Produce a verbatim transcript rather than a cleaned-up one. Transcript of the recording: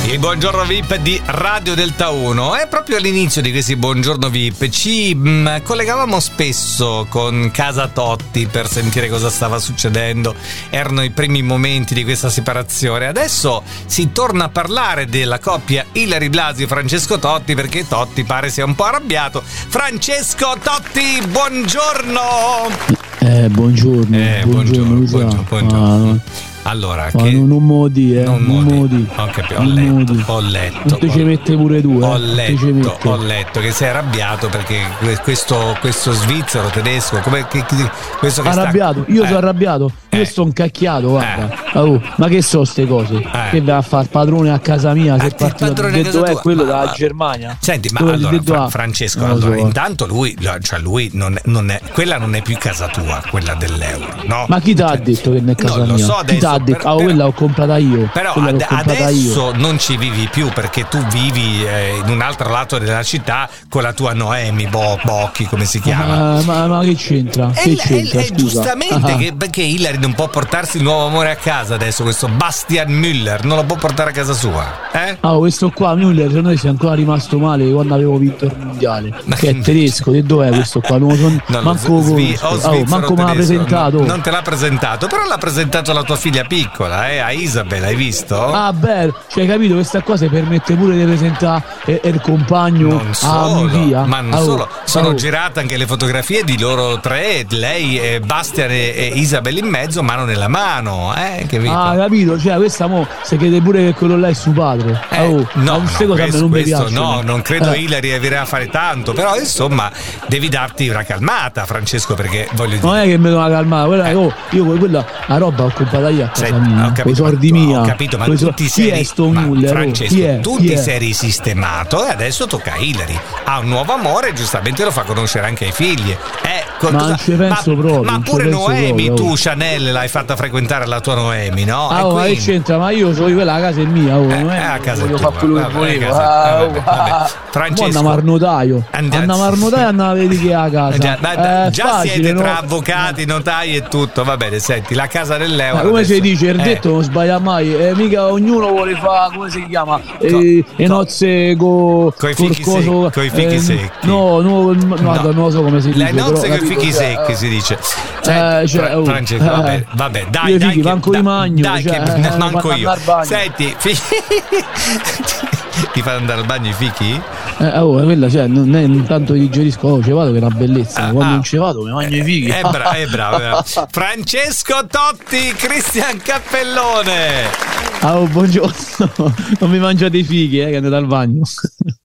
Il buongiorno V I P di Radio Delta uno. E proprio all'inizio di questi buongiorno V I P ci mh, collegavamo spesso con Casa Totti per sentire cosa stava succedendo. Erano i primi momenti di questa separazione. Adesso si torna a parlare della coppia Ilary Blasi e Francesco Totti, perché Totti pare sia un po' arrabbiato. Francesco Totti, buongiorno! Eh, buongiorno, eh, buongiorno, buongiorno, buongiorno, buongiorno. Ah, Allora, no, che... non, non modi, eh, non non modi. modi. Ho capito, ho non letto, modi. ho letto. Non te ho... ci mette pure tu, eh. Ho Non te ci letto, mette. ho letto che sei arrabbiato perché questo, questo svizzero tedesco, come che, che, questo che arrabbiato, sta... io eh. sono arrabbiato, io eh. sto incacchiato, guarda. Eh. Oh, ma che so ste cose? Eh. Che va a far padrone a casa mia? Ah, Che partito detto è quello ma, dalla ma... Germania? Senti, ma Dove allora Fra- a... Francesco, non allora, so. intanto lui, cioè lui non è, non è, quella non è più casa tua, quella dell'euro, no? Ma chi ti ha detto che non è casa non mia? lo so Chi adesso, t'ha detto? per, Ah, però, quella l'ho comprata io. Però Quella ad, l'ho comprata adesso io. non ci vivi più perché tu vivi eh, in un altro lato della città con la tua Noemi Bo- Bocchi, come si chiama? Ah, ma, ma che c'entra? E, Che l- c'entra? e- e scusa? giustamente Ah. che, perché Ilary non può portarsi il nuovo amore a casa adesso, questo Bastian Müller non lo può portare a casa sua, eh? Ah, questo qua Müller, secondo me si è ancora rimasto male quando avevo vinto il mondiale. Ma che è tedesco, che dov'è questo qua? Non lo so, No, manco, svi- conosco. o Oh, svizzero manco me l'ha tedesco. presentato. Non, non te l'ha presentato, però l'ha presentato alla tua figlia piccola, eh, a Isabel, hai visto? Ah, bello, cioè, hai capito? Questa qua si permette pure di presentare eh, il compagno Non a solo, mia figlia. ma non Ah, oh, solo, sono ah, oh. girate anche le fotografie di loro tre, lei, e Bastian e, e Isabel in mezzo, mano nella mano, eh, che Ah, capito? Cioè, questa mo si crede pure che quello là è suo padre. Eh, Ah, oh, no, ma no, queste cose a me questo, non mi questo piacciono. no, non credo Eh. Ilary arriverà a fare tanto, però insomma devi darti una calmata, Francesco, perché voglio dire. Non è che mi devo calmare, quella, eh. oh, io quella la roba l'ho comprata io a casa Senti, mia, ho capito, con i soldi ma tu- mia. ho capito, ma Coi tu so- ti chi sei è sto ma Müller? Oh, Francesco, chi è? tu Chi ti è? sei risistemato e adesso tocca a Ilary. Ha un nuovo amore e giustamente lo fa conoscere anche ai figli. Eh, co- Ma cosa- non ci penso ma, proprio, ma non ci pure penso Noemi, proprio, tu oh. Chanel l'hai fatta frequentare la tua Noemi, no? Ah, E oh, ma che quindi- c'entra? Ma io so quella la casa è mia, oh, Eh, non è è a casa voglio tua, fare quello che vabbè, volevo. a casa- Ah, vabbè, oh, vabbè. ah. Francesco- Mo' andiamo al notaio. Andiamo- Andiamo al notaio e andiamo a vedere chi è a casa. Già, ma- da- Eh, già facile, siete no? tra avvocati, notai e tutto. Va bene, senti, la casa dell'euro. Ma come adesso- si dice, il eh, detto non sbaglia mai, eh, mica ognuno vuole fare, come si chiama, eh, Co- le co- nozze co, coi col fichi coso, secchi, coi fichi eh, secchi. No, no, no, guarda, non lo so come si dice. Le nozze però, con i capito, fichi cioè, secchi eh, si dice. eh, Senti, cioè, Fra- oh, Francesco, eh, vabbè, vabbè, dai, io dai, fichi, che- manco dai, li magno, dai, cioè, che- eh, manco vanno io. al bagno. Senti, fi- ti fanno andare al bagno i fichi? Eh, oh, quella, cioè, non è intanto ti digerisco, oh, ci vado che è una bellezza, Ah, quando ah. non ci vado mi mangio i fighi. È bravo, è bravo, è bravo. Francesco Totti, Cristian Cappellone. Ah, oh, buongiorno, non mi mangiate i fighi, eh, che andate al bagno.